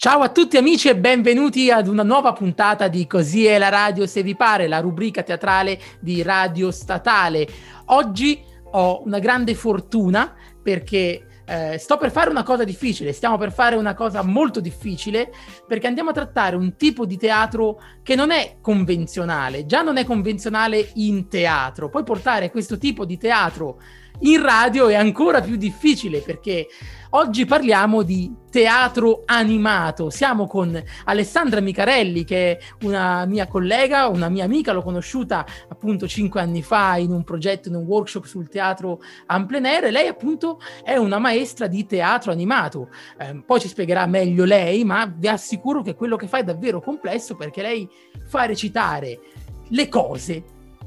Ciao a tutti amici e benvenuti ad una nuova puntata di Così è la radio se vi pare, la rubrica teatrale di Radio Statale. Oggi ho una grande fortuna perché sto per fare una cosa difficile, stiamo per fare una cosa molto difficile perché andiamo a trattare un tipo di teatro che non è convenzionale, già non è convenzionale in teatro, poi portare questo tipo di teatro in radio è ancora più difficile perché oggi parliamo di teatro animato. Siamo con Alessandra Micarelli, che è una mia collega, una mia amica, l'ho conosciuta appunto 5 anni fa in un progetto, in un workshop sul teatro en plein air, e lei appunto è una maestra di teatro animato. Poi ci spiegherà meglio lei, ma vi assicuro che quello che fa è davvero complesso perché lei fa recitare le cose.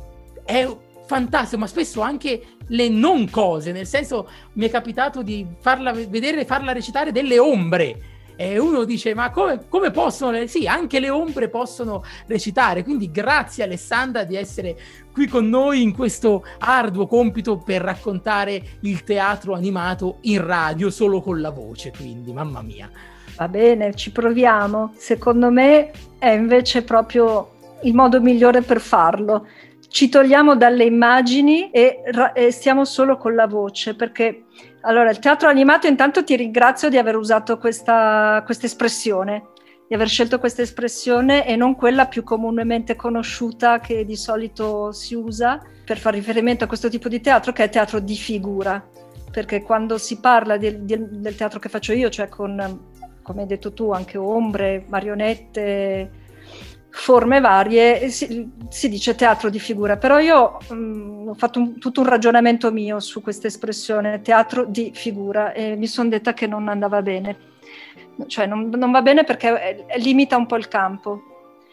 È fantastico, ma spesso anche le non cose, nel senso mi è capitato di farla vedere, farla recitare delle ombre e uno dice ma come possono, sì, anche le ombre possono recitare, quindi grazie Alessandra di essere qui con noi in questo arduo compito per raccontare il teatro animato in radio solo con la voce, quindi mamma mia. Va bene, ci proviamo, secondo me è invece proprio il modo migliore per farlo. Ci togliamo dalle immagini e stiamo solo con la voce, perché allora il teatro animato, intanto ti ringrazio di aver usato questa espressione, di aver scelto questa espressione e non quella più comunemente conosciuta che di solito si usa per fare riferimento a questo tipo di teatro, che è teatro di figura, perché quando si parla del teatro che faccio io, cioè con, come hai detto tu, anche ombre, marionette, forme varie, si dice teatro di figura, però io ho fatto tutto un ragionamento mio su questa espressione teatro di figura e mi sono detta che non andava bene, cioè non va bene perché limita un po' il campo,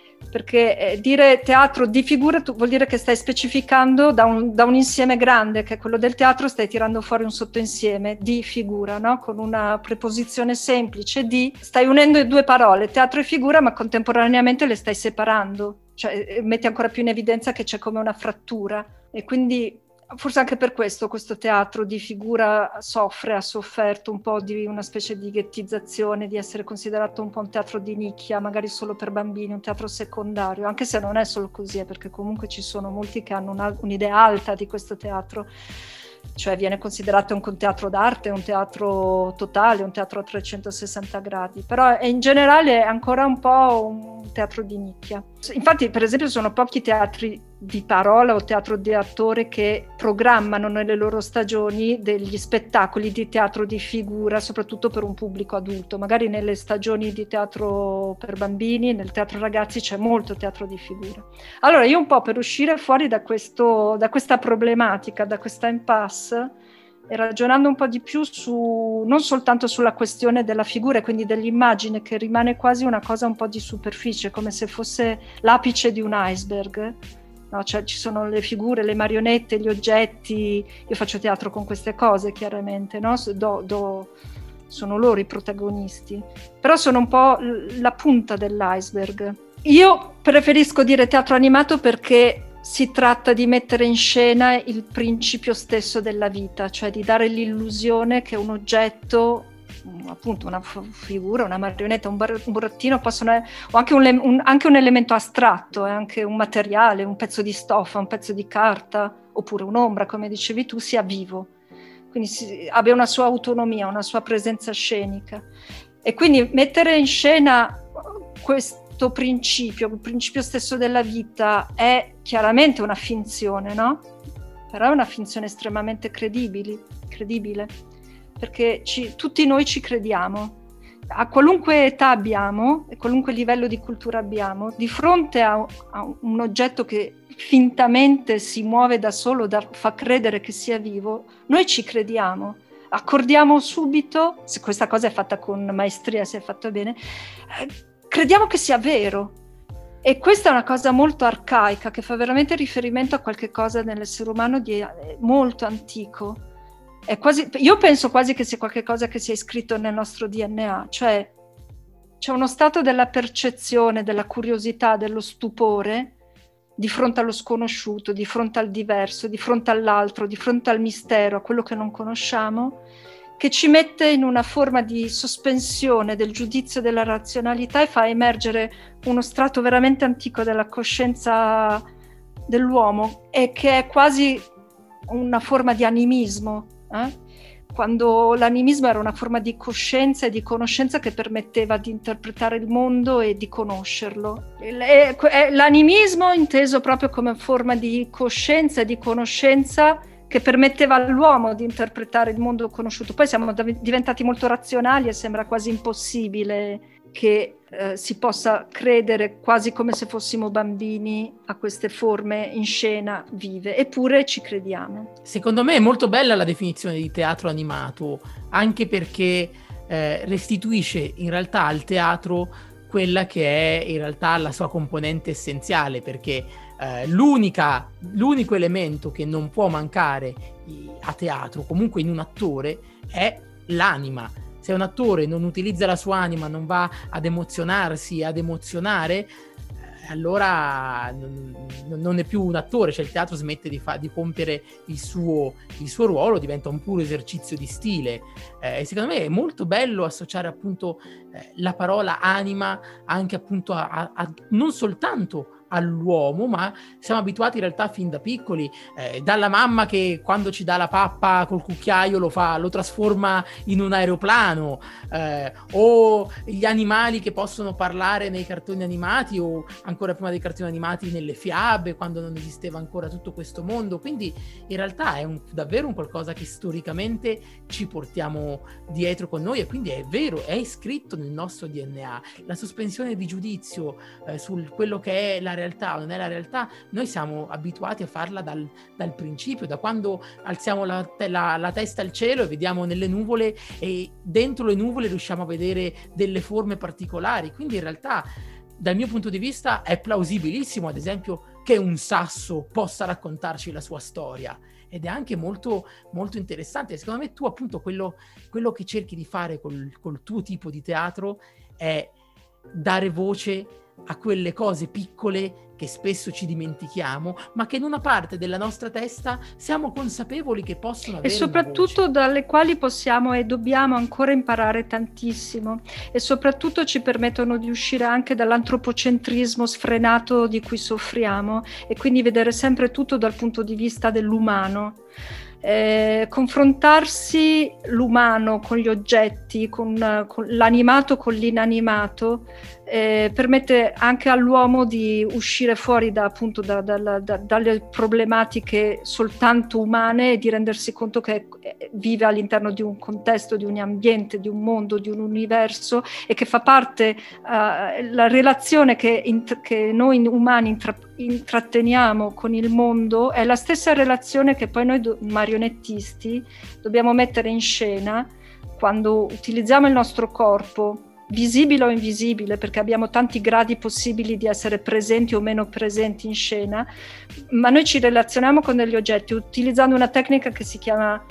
perché dire teatro di figura vuol dire che stai specificando da un insieme grande che è quello del teatro, stai tirando fuori un sottoinsieme di figura, no? Con una preposizione semplice di, stai unendo due parole, teatro e figura, ma contemporaneamente le stai separando, cioè metti ancora più in evidenza che c'è come una frattura e quindi forse anche per questo teatro di figura ha sofferto un po' di una specie di ghettizzazione, di essere considerato un po' un teatro di nicchia, magari solo per bambini, un teatro secondario, anche se non è solo così, perché comunque ci sono molti che hanno un'idea alta di questo teatro, cioè viene considerato un teatro d'arte, un teatro totale, un teatro a 360 gradi, però in generale è ancora un po' un teatro di nicchia. Infatti, per esempio, sono pochi teatri di parola o teatro di attore che programmano nelle loro stagioni degli spettacoli di teatro di figura, soprattutto per un pubblico adulto. Magari nelle stagioni di teatro per bambini, nel teatro ragazzi c'è molto teatro di figura. Allora io un po' per uscire fuori da questa problematica, da questa impasse, e ragionando un po' di più non soltanto sulla questione della figura e quindi dell'immagine, che rimane quasi una cosa un po' di superficie, come se fosse l'apice di un iceberg, no? Cioè ci sono le figure, le marionette, gli oggetti, io faccio teatro con queste cose chiaramente, no? Sono loro i protagonisti, però sono un po' la punta dell'iceberg. Io preferisco dire teatro animato perché si tratta di mettere in scena il principio stesso della vita, cioè di dare l'illusione che un oggetto, appunto una figura, una marionetta, un burattino possono o anche un elemento astratto, anche un materiale, un pezzo di stoffa, un pezzo di carta, oppure un'ombra, come dicevi tu, sia vivo. Quindi abbia una sua autonomia, una sua presenza scenica. E quindi mettere in scena questo principio, il principio stesso della vita, è chiaramente una finzione, no? Però è una finzione estremamente credibile, perché tutti noi ci crediamo. A qualunque età abbiamo, e qualunque livello di cultura abbiamo, di fronte a un oggetto che fintamente si muove da solo, fa credere che sia vivo, noi ci crediamo. Accordiamo subito, se questa cosa è fatta con maestria, se è fatta bene, crediamo che sia vero. E questa è una cosa molto arcaica, che fa veramente riferimento a qualche cosa nell'essere umano di molto antico. È quasi, io penso quasi che sia qualche cosa che sia iscritto nel nostro DNA, cioè c'è uno stato della percezione, della curiosità, dello stupore di fronte allo sconosciuto, di fronte al diverso, di fronte all'altro, di fronte al mistero, a quello che non conosciamo, che ci mette in una forma di sospensione del giudizio e della razionalità e fa emergere uno strato veramente antico della coscienza dell'uomo, e che è quasi una forma di animismo, quando l'animismo era una forma di coscienza e di conoscenza che permetteva di interpretare il mondo e di conoscerlo. L'animismo inteso proprio come forma di coscienza e di conoscenza che permetteva all'uomo di interpretare il mondo conosciuto. Poi siamo diventati molto razionali e sembra quasi impossibile che si possa credere, quasi come se fossimo bambini, a queste forme in scena vive, eppure ci crediamo. Secondo me è molto bella la definizione di teatro animato, anche perché restituisce in realtà al teatro quella che è in realtà la sua componente essenziale, perché l'unico elemento che non può mancare a teatro, comunque in un attore, è l'anima. Se un attore non utilizza la sua anima, non va ad emozionarsi, ad emozionare, allora non è più un attore, cioè il teatro smette di compiere il suo ruolo, diventa un puro esercizio di stile. E secondo me è molto bello associare appunto la parola anima anche appunto a non soltanto all'uomo, ma siamo abituati in realtà fin da piccoli, dalla mamma che quando ci dà la pappa col cucchiaio lo trasforma in un aeroplano, o gli animali che possono parlare nei cartoni animati, o ancora prima dei cartoni animati nelle fiabe, quando non esisteva ancora tutto questo mondo. Quindi in realtà è davvero un qualcosa che storicamente ci portiamo dietro con noi, e quindi è vero, è iscritto nel nostro DNA. La sospensione di giudizio su quello che è la realtà o non è la realtà, noi siamo abituati a farla dal principio, da quando alziamo la testa al cielo e vediamo nelle nuvole, e dentro le nuvole riusciamo a vedere delle forme particolari. Quindi in realtà dal mio punto di vista è plausibilissimo, ad esempio, che un sasso possa raccontarci la sua storia, ed è anche molto, molto interessante. Secondo me tu appunto quello che cerchi di fare col tuo tipo di teatro è dare voce a quelle cose piccole che spesso ci dimentichiamo, ma che in una parte della nostra testa siamo consapevoli che possono avere e soprattutto dalle quali possiamo e dobbiamo ancora imparare tantissimo, e soprattutto ci permettono di uscire anche dall'antropocentrismo sfrenato di cui soffriamo, e quindi vedere sempre tutto dal punto di vista dell'umano. Confrontarsi l'umano con gli oggetti, con l'animato con l'inanimato, permette anche all'uomo di uscire fuori dalle problematiche soltanto umane, e di rendersi conto che vive all'interno di un contesto, di un ambiente, di un mondo, di un universo, e che fa parte la relazione che noi umani intratteniamo con il mondo è la stessa relazione che poi noi marionettisti dobbiamo mettere in scena quando utilizziamo il nostro corpo, visibile o invisibile, perché abbiamo tanti gradi possibili di essere presenti o meno presenti in scena, ma noi ci relazioniamo con degli oggetti utilizzando una tecnica che si chiama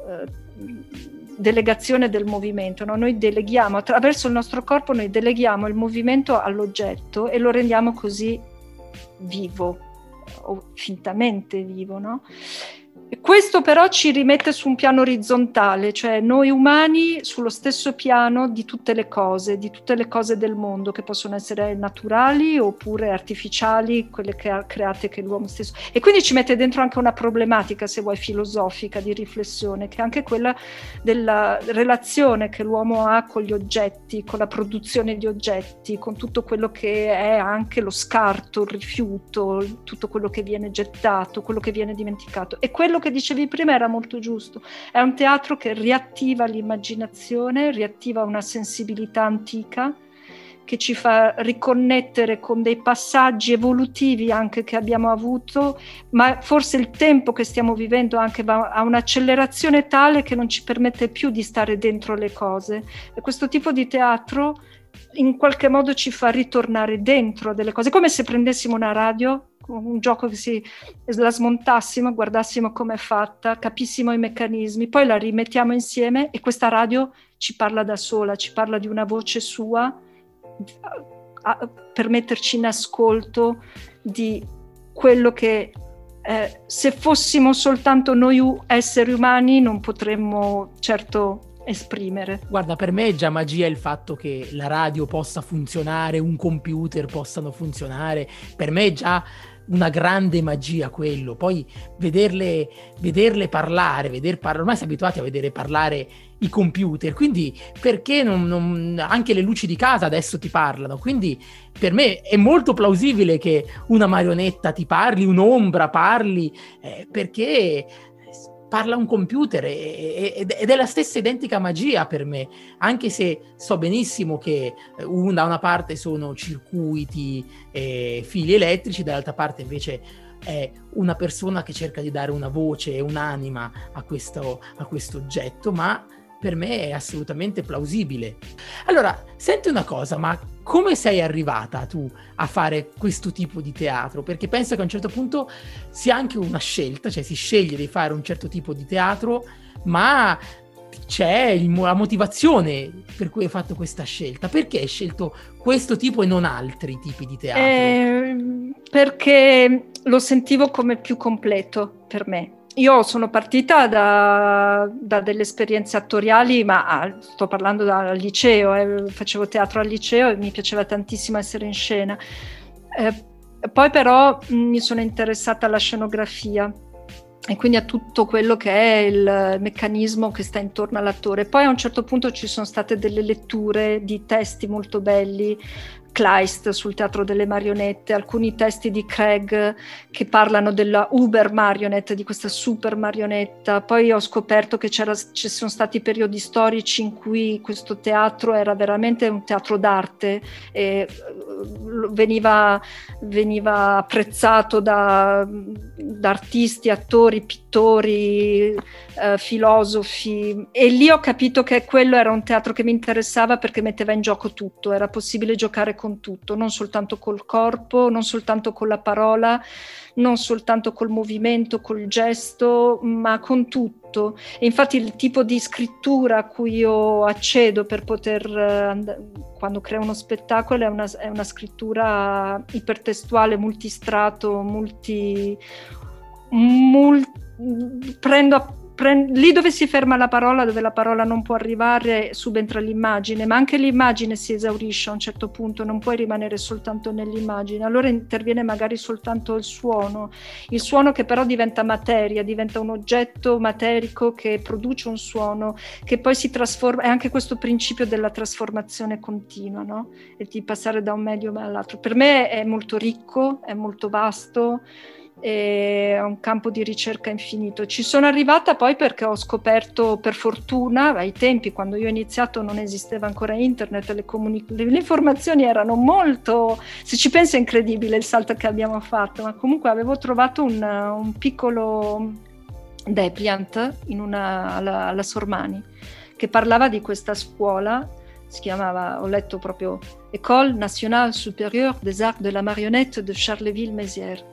delegazione del movimento, no? Noi deleghiamo, attraverso il nostro corpo noi deleghiamo il movimento all'oggetto e lo rendiamo così vivo o fintamente vivo, no? E questo però ci rimette su un piano orizzontale, cioè noi umani sullo stesso piano di tutte le cose del mondo, che possono essere naturali oppure artificiali, quelle create che l'uomo stesso. E quindi ci mette dentro anche una problematica, se vuoi, filosofica, di riflessione, che è anche quella della relazione che l'uomo ha con gli oggetti, con la produzione di oggetti, con tutto quello che è anche lo scarto, il rifiuto, tutto quello che viene gettato, quello che viene dimenticato. E quello che dicevi prima era molto giusto. È un teatro che riattiva l'immaginazione, riattiva una sensibilità antica, che ci fa riconnettere con dei passaggi evolutivi anche che abbiamo avuto, ma forse il tempo che stiamo vivendo anche va a un'accelerazione tale che non ci permette più di stare dentro le cose. E questo tipo di teatro in qualche modo ci fa ritornare dentro delle cose, come se prendessimo una radio, un gioco che la smontassimo, guardassimo com'è fatta, capissimo i meccanismi, poi la rimettiamo insieme e questa radio ci parla da sola, ci parla di una voce sua, per metterci in ascolto di quello che se fossimo soltanto noi esseri umani non potremmo certo esprimere. Guarda, per me è già magia il fatto che la radio possa funzionare, un computer possano funzionare, per me è già una grande magia quello. Poi vederle parlare, ormai siamo abituati a vedere parlare i computer, quindi perché anche le luci di casa adesso ti parlano, quindi per me è molto plausibile che una marionetta ti parli, un'ombra parli, perché parla un computer ed è la stessa identica magia per me, anche se so benissimo che da una parte sono circuiti e fili elettrici, dall'altra parte invece è una persona che cerca di dare una voce e un'anima a questo oggetto, ma per me è assolutamente plausibile. Allora, senti una cosa, ma come sei arrivata tu a fare questo tipo di teatro? Perché penso che a un certo punto sia anche una scelta, cioè si sceglie di fare un certo tipo di teatro, ma c'è la motivazione per cui hai fatto questa scelta. Perché hai scelto questo tipo e non altri tipi di teatro? Perché lo sentivo come più completo per me. Io sono partita da delle esperienze attoriali, ma sto parlando dal liceo, facevo teatro al liceo e mi piaceva tantissimo essere in scena. Poi però mi sono interessata alla scenografia e quindi a tutto quello che è il meccanismo che sta intorno all'attore. Poi a un certo punto ci sono state delle letture di testi molto belli, Kleist sul teatro delle marionette, alcuni testi di Craig che parlano della Uber Marionette, di questa super marionetta. Poi ho scoperto che ci sono stati periodi storici in cui questo teatro era veramente un teatro d'arte e veniva apprezzato da artisti, attori, pittori, filosofi, e lì ho capito che quello era un teatro che mi interessava perché metteva in gioco tutto, era possibile giocare con tutto, non soltanto col corpo, non soltanto con la parola, non soltanto col movimento, col gesto, ma con tutto. E infatti il tipo di scrittura a cui io accedo per poter quando creo uno spettacolo è una scrittura ipertestuale, multistrato, lì dove si ferma la parola, dove la parola non può arrivare, subentra l'immagine, ma anche l'immagine si esaurisce a un certo punto, non puoi rimanere soltanto nell'immagine, allora interviene magari soltanto il suono che però diventa materia, diventa un oggetto materico che produce un suono, che poi si trasforma, è anche questo principio della trasformazione continua, no? E di passare da un medium all'altro. Per me è molto ricco, è molto vasto, è un campo di ricerca infinito. Ci sono arrivata poi perché ho scoperto, per fortuna, ai tempi quando io ho iniziato non esisteva ancora internet, le informazioni erano molto, se ci pensi è incredibile il salto che abbiamo fatto, ma comunque avevo trovato un piccolo dépliant alla Sormani che parlava di questa scuola, si chiamava, ho letto proprio École Nationale Supérieure des Arts de la Marionnette de Charleville-Mézières.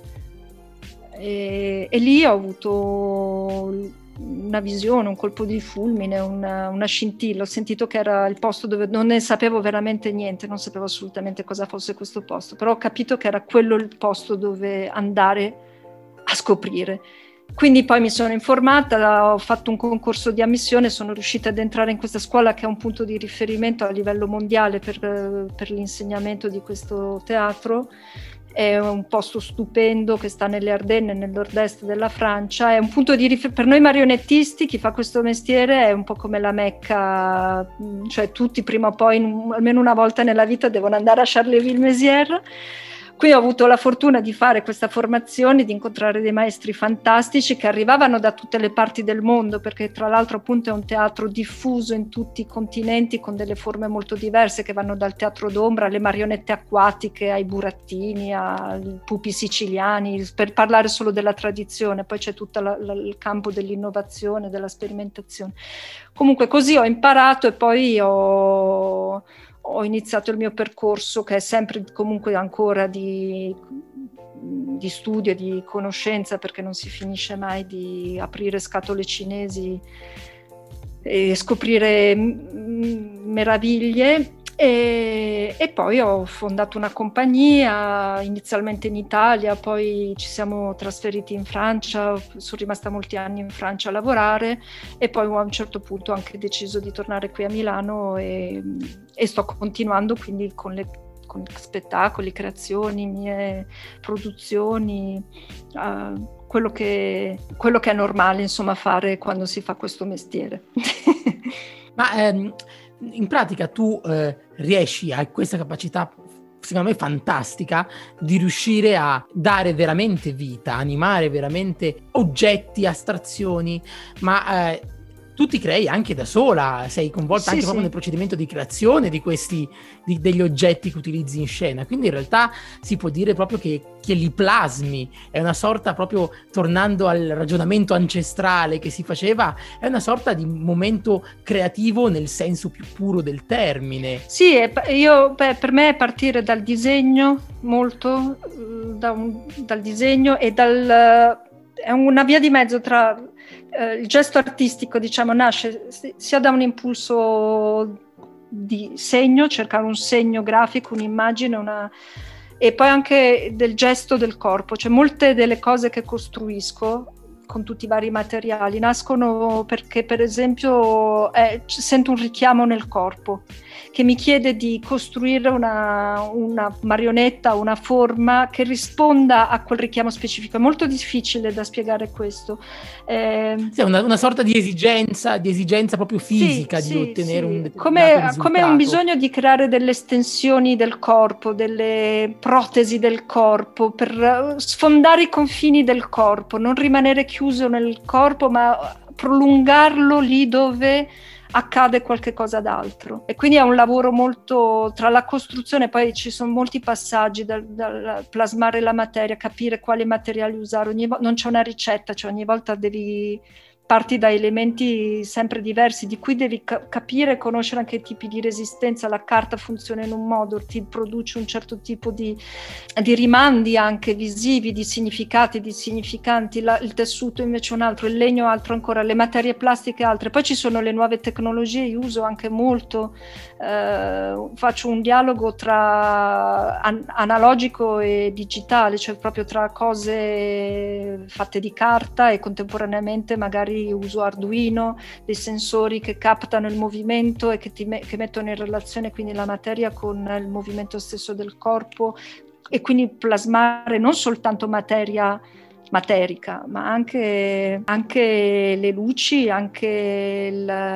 E lì ho avuto una visione, un colpo di fulmine, una scintilla. Ho sentito che era il posto dove non ne sapevo veramente niente, non sapevo assolutamente cosa fosse questo posto, però ho capito che era quello il posto dove andare a scoprire. Quindi poi mi sono informata, ho fatto un concorso di ammissione, sono riuscita ad entrare in questa scuola che è un punto di riferimento a livello mondiale per l'insegnamento di questo teatro. È un posto stupendo che sta nelle Ardenne, nel nord-est della Francia, è un punto di per noi marionettisti, chi fa questo mestiere è un po' come la Mecca, cioè tutti prima o poi, almeno una volta nella vita, devono andare a Charleville-Mézières. Qui ho avuto la fortuna di fare questa formazione, di incontrare dei maestri fantastici che arrivavano da tutte le parti del mondo, perché tra l'altro appunto è un teatro diffuso in tutti i continenti con delle forme molto diverse che vanno dal teatro d'ombra alle marionette acquatiche, ai burattini, ai pupi siciliani, per parlare solo della tradizione. Poi c'è tutto il campo dell'innovazione, della sperimentazione. Comunque così ho imparato e poi ho iniziato il mio percorso, che è sempre comunque ancora di studio, di conoscenza, perché non si finisce mai di aprire scatole cinesi e scoprire meraviglie. E poi ho fondato una compagnia, inizialmente in Italia, poi ci siamo trasferiti in Francia, sono rimasta molti anni in Francia a lavorare e poi a un certo punto ho anche deciso di tornare qui a Milano e sto continuando quindi con spettacoli, creazioni, mie produzioni, quello che è normale insomma fare quando si fa questo mestiere. Ma in pratica tu riesci a questa capacità, secondo me fantastica, di riuscire a dare veramente vita, animare veramente oggetti, astrazioni, ma tu ti crei anche da sola, sei coinvolta anche proprio nel procedimento di creazione di degli oggetti che utilizzi in scena, quindi in realtà si può dire proprio che li plasmi, è una sorta, proprio tornando al ragionamento ancestrale che si faceva, è una sorta di momento creativo nel senso più puro del termine. Sì, per me è partire dal disegno, molto, dal disegno e è una via di mezzo tra il gesto artistico, diciamo, nasce sia da un impulso di segno, cercare un segno grafico, un'immagine, e poi anche del gesto del corpo, cioè molte delle cose che costruisco con tutti i vari materiali nascono perché, per esempio, sento un richiamo nel corpo che mi chiede di costruire una marionetta, una forma che risponda a quel richiamo specifico. È molto difficile da spiegare questo. Sì, una sorta di esigenza proprio fisica, di ottenere un determinato risultato. Come un bisogno di creare delle estensioni del corpo, delle protesi del corpo, per sfondare i confini del corpo, non rimanere chiuso nel corpo, ma prolungarlo lì dove accade qualche cosa d'altro. E quindi è un lavoro molto tra la costruzione, poi ci sono molti passaggi dal plasmare la materia, capire quali materiali usare, non c'è una ricetta, cioè ogni volta parti da elementi sempre diversi, di cui devi capire e conoscere anche i tipi di resistenza. La carta funziona in un modo, ti produce un certo tipo di rimandi anche visivi, di significati, di significanti, il tessuto invece un altro, il legno altro ancora, le materie plastiche altre. Poi ci sono le nuove tecnologie, io uso anche molto, faccio un dialogo tra analogico e digitale, cioè proprio tra cose fatte di carta e contemporaneamente magari uso Arduino, dei sensori che captano il movimento e che mettono in relazione quindi la materia con il movimento stesso del corpo, e quindi plasmare non soltanto materia materica, ma anche le luci, anche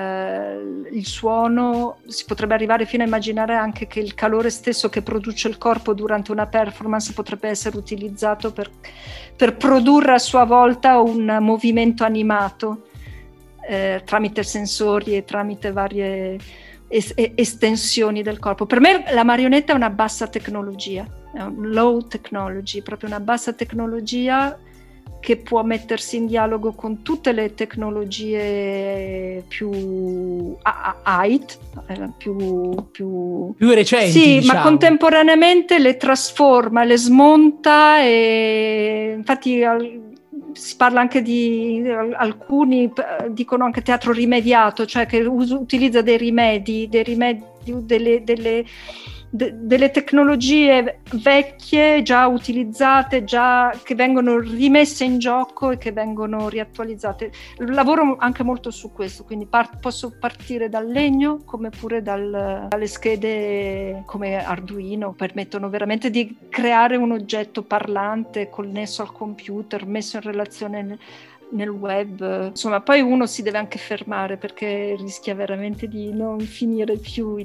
il suono. Si potrebbe arrivare fino a immaginare anche che il calore stesso che produce il corpo durante una performance potrebbe essere utilizzato per produrre a sua volta un movimento animato tramite sensori e tramite varie estensioni del corpo. Per me la marionetta è una bassa tecnologia, è un low technology, proprio una bassa tecnologia che può mettersi in dialogo con tutte le tecnologie più più recenti, sì, diciamo. Ma contemporaneamente le trasforma, le smonta, e infatti si parla anche alcuni dicono anche teatro rimediato, cioè che utilizza dei rimedi, delle tecnologie vecchie già utilizzate, già che vengono rimesse in gioco e che vengono riattualizzate. Lavoro anche molto su questo, quindi posso partire dal legno come pure dalle schede come Arduino, permettono veramente di creare un oggetto parlante connesso al computer, messo in relazione nel web. Insomma, poi uno si deve anche fermare perché rischia veramente di non finire più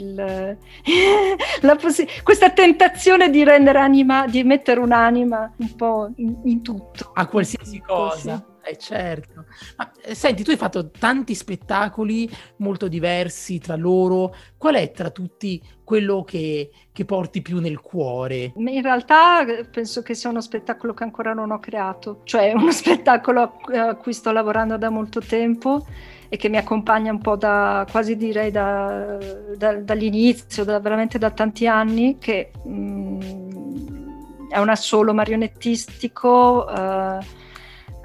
questa tentazione di di mettere un'anima un po' in tutto. A qualsiasi cosa. Sì. Certo. Ma senti, tu hai fatto tanti spettacoli molto diversi tra loro. Qual è tra tutti quello che porti più nel cuore? In realtà penso che sia uno spettacolo che ancora non ho creato, cioè uno spettacolo a cui sto lavorando da molto tempo e che mi accompagna un po' quasi direi dall'inizio, veramente da tanti anni, che è un assolo marionettistico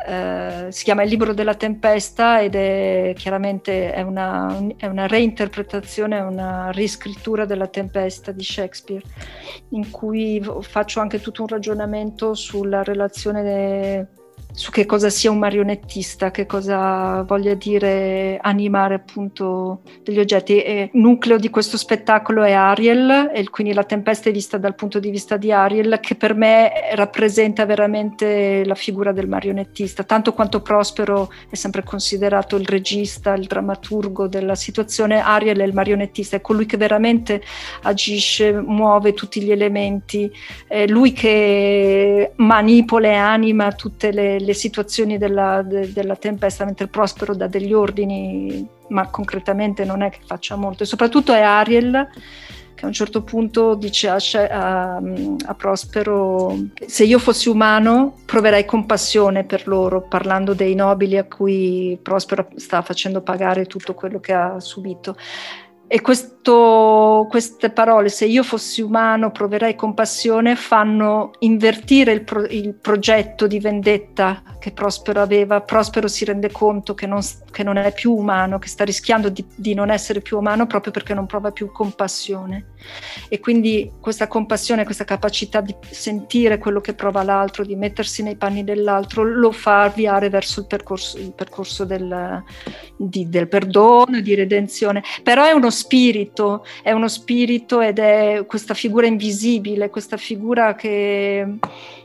si chiama Il libro della tempesta ed è chiaramente è una reinterpretazione, una riscrittura della Tempesta di Shakespeare, in cui faccio anche tutto un ragionamento sulla relazione su che cosa sia un marionettista, che cosa voglia dire animare appunto degli oggetti. E il nucleo di questo spettacolo è Ariel, e quindi la tempesta è vista dal punto di vista di Ariel, che per me rappresenta veramente la figura del marionettista, tanto quanto Prospero è sempre considerato il regista, il drammaturgo della situazione. Ariel è il marionettista, è colui che veramente agisce, muove tutti gli elementi, è lui che manipola e anima tutte le situazioni della tempesta, mentre Prospero dà degli ordini, ma concretamente non è che faccia molto. E soprattutto è Ariel che a un certo punto dice a Prospero: se io fossi umano proverei compassione per loro, parlando dei nobili a cui Prospero sta facendo pagare tutto quello che ha subito. E queste parole, se io fossi umano proverei compassione, fanno invertire il progetto di vendetta che Prospero aveva. Prospero si rende conto che non è più umano, che sta rischiando di non essere più umano proprio perché non prova più compassione. E quindi questa compassione, questa capacità di sentire quello che prova l'altro, di mettersi nei panni dell'altro, lo fa avviare verso il percorso del perdono, di redenzione. Però è uno spirito ed è questa figura invisibile, questa figura che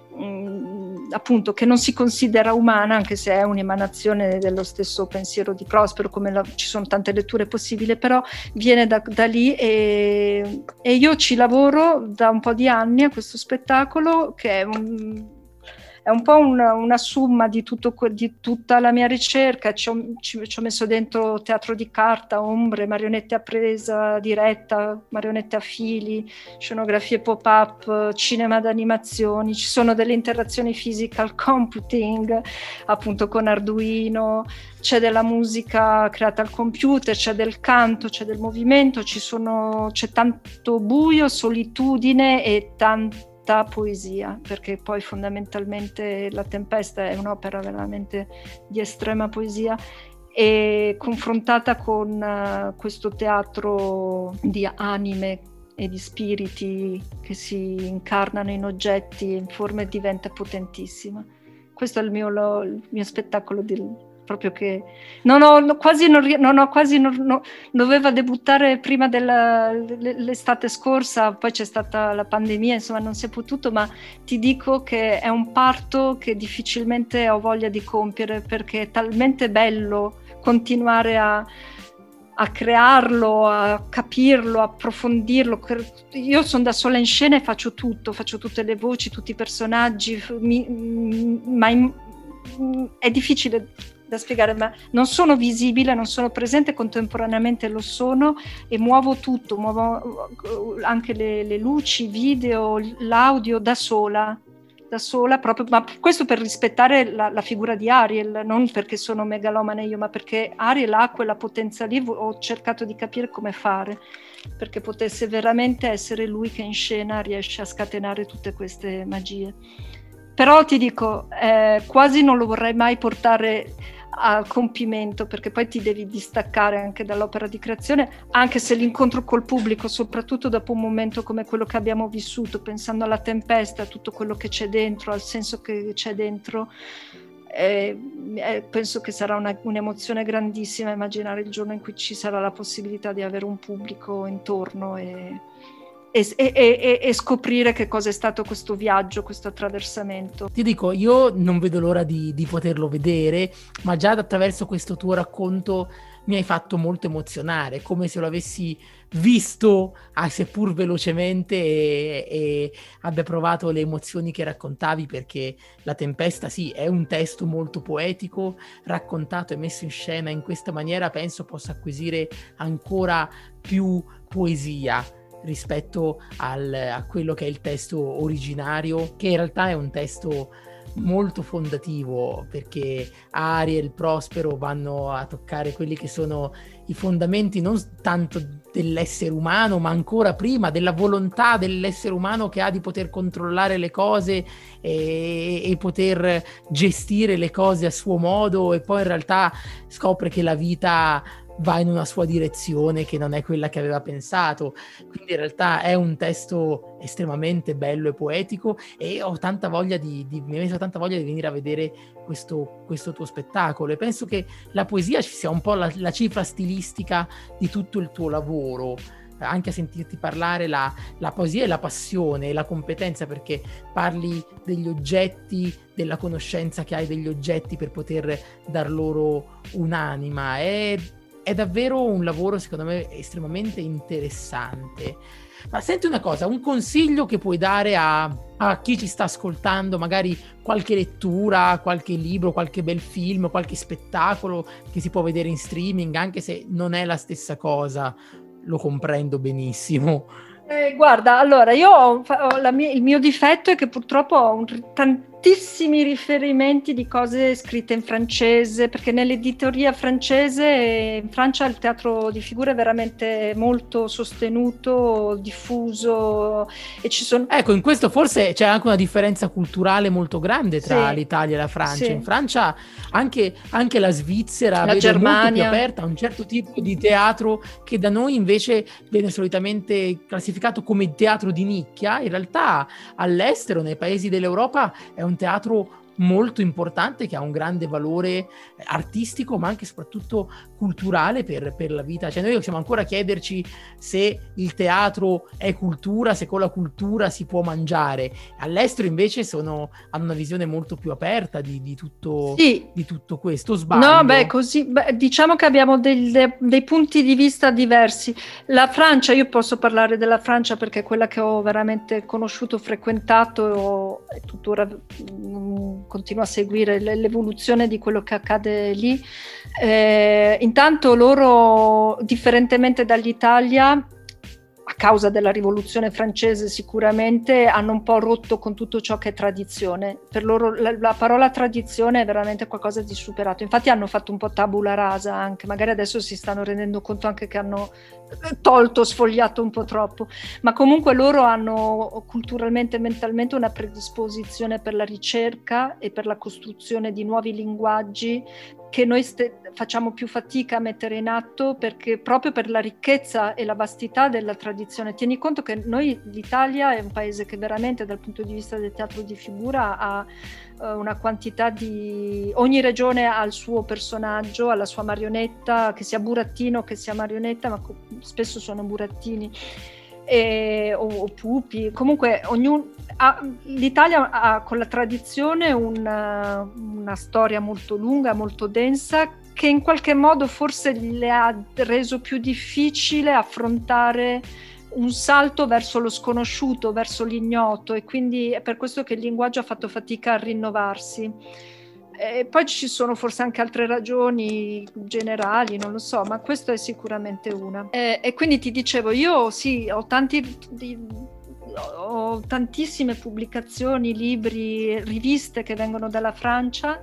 appunto che non si considera umana, anche se è un'emanazione dello stesso pensiero di Prospero, ci sono tante letture possibili, però viene da lì e io ci lavoro da un po' di anni a questo spettacolo, che è un po' una somma di tutta la mia ricerca. Ci ho messo dentro teatro di carta, ombre, marionette a presa diretta, marionette a fili, scenografie pop-up, cinema d'animazioni. Ci sono delle interazioni physical computing, appunto con Arduino, c'è della musica creata al computer, c'è del canto, c'è del movimento, c'è tanto buio, solitudine e tanta poesia, perché poi fondamentalmente La Tempesta è un'opera veramente di estrema poesia, e confrontata con questo teatro di anime e di spiriti che si incarnano in oggetti e in forme, diventa potentissima. Questo è il mio spettacolo proprio che doveva debuttare prima dell'estate scorsa, poi c'è stata la pandemia, insomma non si è potuto, ma ti dico che è un parto che difficilmente ho voglia di compiere, perché è talmente bello continuare a crearlo, a capirlo, a approfondirlo. Io sono da sola in scena e faccio tutte le voci, tutti i personaggi, ma è difficile da spiegare, ma non sono visibile, non sono presente, contemporaneamente lo sono, e muovo tutto, muovo anche le luci, i video, l'audio da sola proprio, ma questo per rispettare la figura di Ariel, non perché sono megalomane io, ma perché Ariel ha quella potenza lì. Ho cercato di capire come fare perché potesse veramente essere lui che in scena riesce a scatenare tutte queste magie. Però ti dico, quasi non lo vorrei mai portare a compimento, perché poi ti devi distaccare anche dall'opera di creazione, anche se l'incontro col pubblico, soprattutto dopo un momento come quello che abbiamo vissuto, pensando alla tempesta, a tutto quello che c'è dentro, al senso che c'è dentro, penso che sarà un'emozione grandissima immaginare il giorno in cui ci sarà la possibilità di avere un pubblico intorno e scoprire che cosa è stato questo viaggio, questo attraversamento. Ti dico, io non vedo l'ora di poterlo vedere, ma già attraverso questo tuo racconto mi hai fatto molto emozionare, come se lo avessi visto, seppur velocemente, e abbia provato le emozioni che raccontavi, perché La Tempesta sì, è un testo molto poetico, raccontato e messo in scena in questa maniera penso possa acquisire ancora più poesia rispetto a quello che è il testo originario, che in realtà è un testo molto fondativo, perché Ariel, Prospero vanno a toccare quelli che sono i fondamenti non tanto dell'essere umano, ma ancora prima della volontà dell'essere umano che ha di poter controllare le cose e poter gestire le cose a suo modo, e poi in realtà scopre che la vita va in una sua direzione che non è quella che aveva pensato. Quindi in realtà è un testo estremamente bello e poetico, e ho tanta voglia mi ha messo tanta voglia di venire a vedere questo tuo spettacolo, e penso che la poesia ci sia un po' la cifra stilistica di tutto il tuo lavoro. Anche a sentirti parlare, la poesia e la passione e la competenza, perché parli degli oggetti, della conoscenza che hai degli oggetti per poter dar loro un'anima. È davvero un lavoro, secondo me, estremamente interessante. Ma senti una cosa, un consiglio che puoi dare a chi ci sta ascoltando, magari qualche lettura, qualche libro, qualche bel film, qualche spettacolo che si può vedere in streaming, anche se non è la stessa cosa, lo comprendo benissimo. Guarda, allora io il mio difetto è che purtroppo ho tantissimi riferimenti di cose scritte in francese, perché nell'editoria francese in Francia il teatro di figura è veramente molto sostenuto, diffuso, e ci sono... Ecco, in questo forse c'è anche una differenza culturale molto grande tra l'Italia e la Francia. Sì. In Francia anche la Svizzera la vede Germania, molto più aperta a un certo tipo di teatro che da noi invece viene solitamente classificato come teatro di nicchia. In realtà all'estero, nei paesi dell'Europa, è un teatro molto importante che ha un grande valore artistico, ma anche e soprattutto culturale per la vita. Cioè noi possiamo ancora chiederci se il teatro è cultura, se con la cultura si può mangiare. All'estero invece hanno una visione molto più aperta di tutto, sì, di tutto questo. Sbaglio? No, diciamo che abbiamo dei punti di vista diversi. La Francia, io posso parlare della Francia perché è quella che ho veramente conosciuto, frequentato, e tuttora continuo a seguire l'evoluzione di quello che accade lì. Intanto loro, differentemente dall'Italia, a causa della rivoluzione francese sicuramente, hanno un po' rotto con tutto ciò che è tradizione. Per loro la parola tradizione è veramente qualcosa di superato. Infatti hanno fatto un po' tabula rasa anche, magari adesso si stanno rendendo conto anche che hanno sfogliato un po' troppo, ma comunque loro hanno culturalmente e mentalmente una predisposizione per la ricerca e per la costruzione di nuovi linguaggi che noi facciamo più fatica a mettere in atto, perché proprio per la ricchezza e la vastità della tradizione. Tieni conto che l'Italia è un paese che veramente dal punto di vista del teatro di figura ha una quantità ogni regione ha il suo personaggio, ha la sua marionetta, che sia burattino, che sia marionetta, ma spesso sono burattini o pupi. Comunque l'Italia ha con la tradizione una storia molto lunga, molto densa, che in qualche modo forse le ha reso più difficile affrontare un salto verso lo sconosciuto, verso l'ignoto, e quindi è per questo che il linguaggio ha fatto fatica a rinnovarsi. E poi ci sono forse anche altre ragioni generali, non lo so, ma questa è sicuramente una. E quindi ti dicevo, io sì, ho tantissime pubblicazioni, libri, riviste che vengono dalla Francia,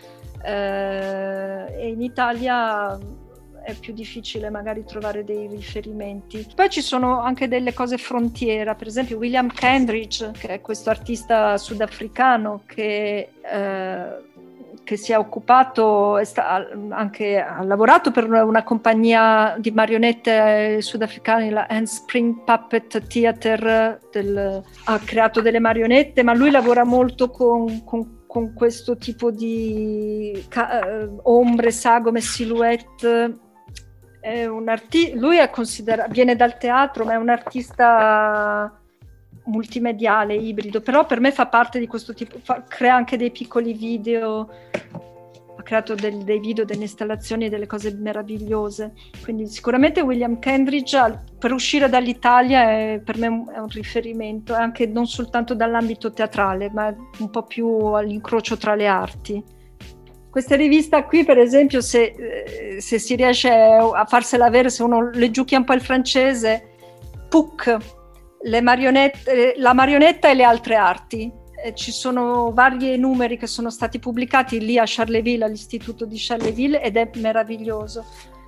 e in Italia è più difficile magari trovare dei riferimenti. Poi ci sono anche delle cose frontiera, per esempio William Kendridge, che è questo artista sudafricano che si è occupato, ha lavorato per una compagnia di marionette sudafricane, la Handspring Puppet Theater, ha creato delle marionette, ma lui lavora molto con questo tipo di ombre, sagome, silhouette. Lui viene dal teatro, ma è un artista multimediale, ibrido, però per me fa parte di questo tipo, crea anche dei piccoli video, ha creato dei video, delle installazioni, delle cose meravigliose. Quindi sicuramente William Kendridge, per uscire dall'Italia, per me è un riferimento, anche non soltanto dall'ambito teatrale, ma un po' più all'incrocio tra le arti. Questa rivista qui, per esempio, se si riesce a farsela avere, se uno le giochi un po' il francese, Puck, la marionetta e le altre arti. ci sono vari numeri che sono stati pubblicati lì a Charleville, all'istituto di Charleville, ed è meraviglioso.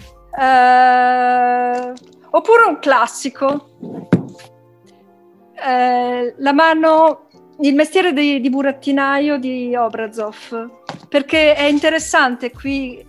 Oppure un classico, Il mestiere di burattinaio di Obrazov, perché è interessante qui.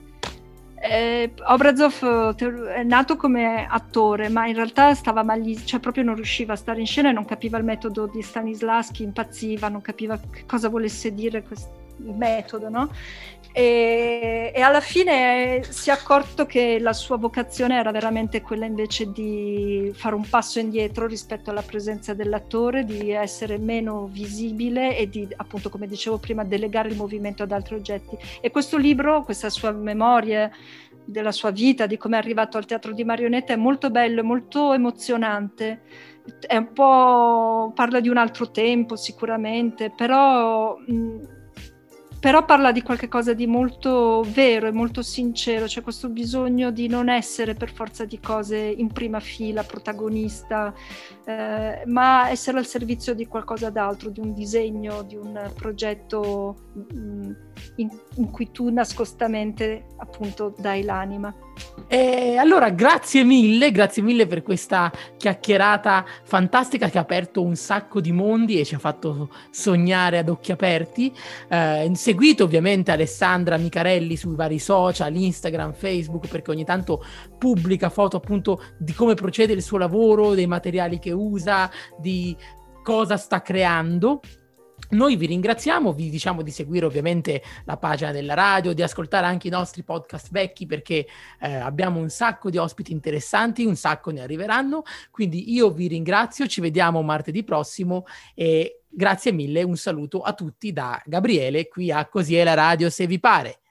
Obrazov è nato come attore, ma in realtà stava malissimo, cioè proprio non riusciva a stare in scena e non capiva il metodo di Stanislavski, impazziva, non capiva che cosa volesse dire il metodo, no? E alla fine si è accorto che la sua vocazione era veramente quella invece di fare un passo indietro rispetto alla presenza dell'attore, di essere meno visibile e di, appunto, come dicevo prima, delegare il movimento ad altri oggetti. E questo libro, questa sua memoria della sua vita, di come è arrivato al teatro di marionette, è molto bello, molto emozionante. È un po', parla di un altro tempo sicuramente, però parla di qualche cosa di molto vero e molto sincero. C'è questo bisogno di non essere per forza di cose in prima fila, protagonista, ma essere al servizio di qualcosa d'altro, di un disegno, di un progetto in cui tu nascostamente appunto dai l'anima. E allora grazie mille per questa chiacchierata fantastica che ha aperto un sacco di mondi e ci ha fatto sognare ad occhi aperti. Seguite ovviamente Alessandra Micarelli sui vari social, Instagram, Facebook, perché ogni tanto pubblica foto appunto di come procede il suo lavoro, dei materiali che usa, di cosa sta creando. Noi vi ringraziamo, vi diciamo di seguire ovviamente la pagina della radio, di ascoltare anche i nostri podcast vecchi, perché abbiamo un sacco di ospiti interessanti, un sacco ne arriveranno, quindi io vi ringrazio, ci vediamo martedì prossimo e grazie mille, un saluto a tutti da Gabriele qui a Così è la radio se vi pare.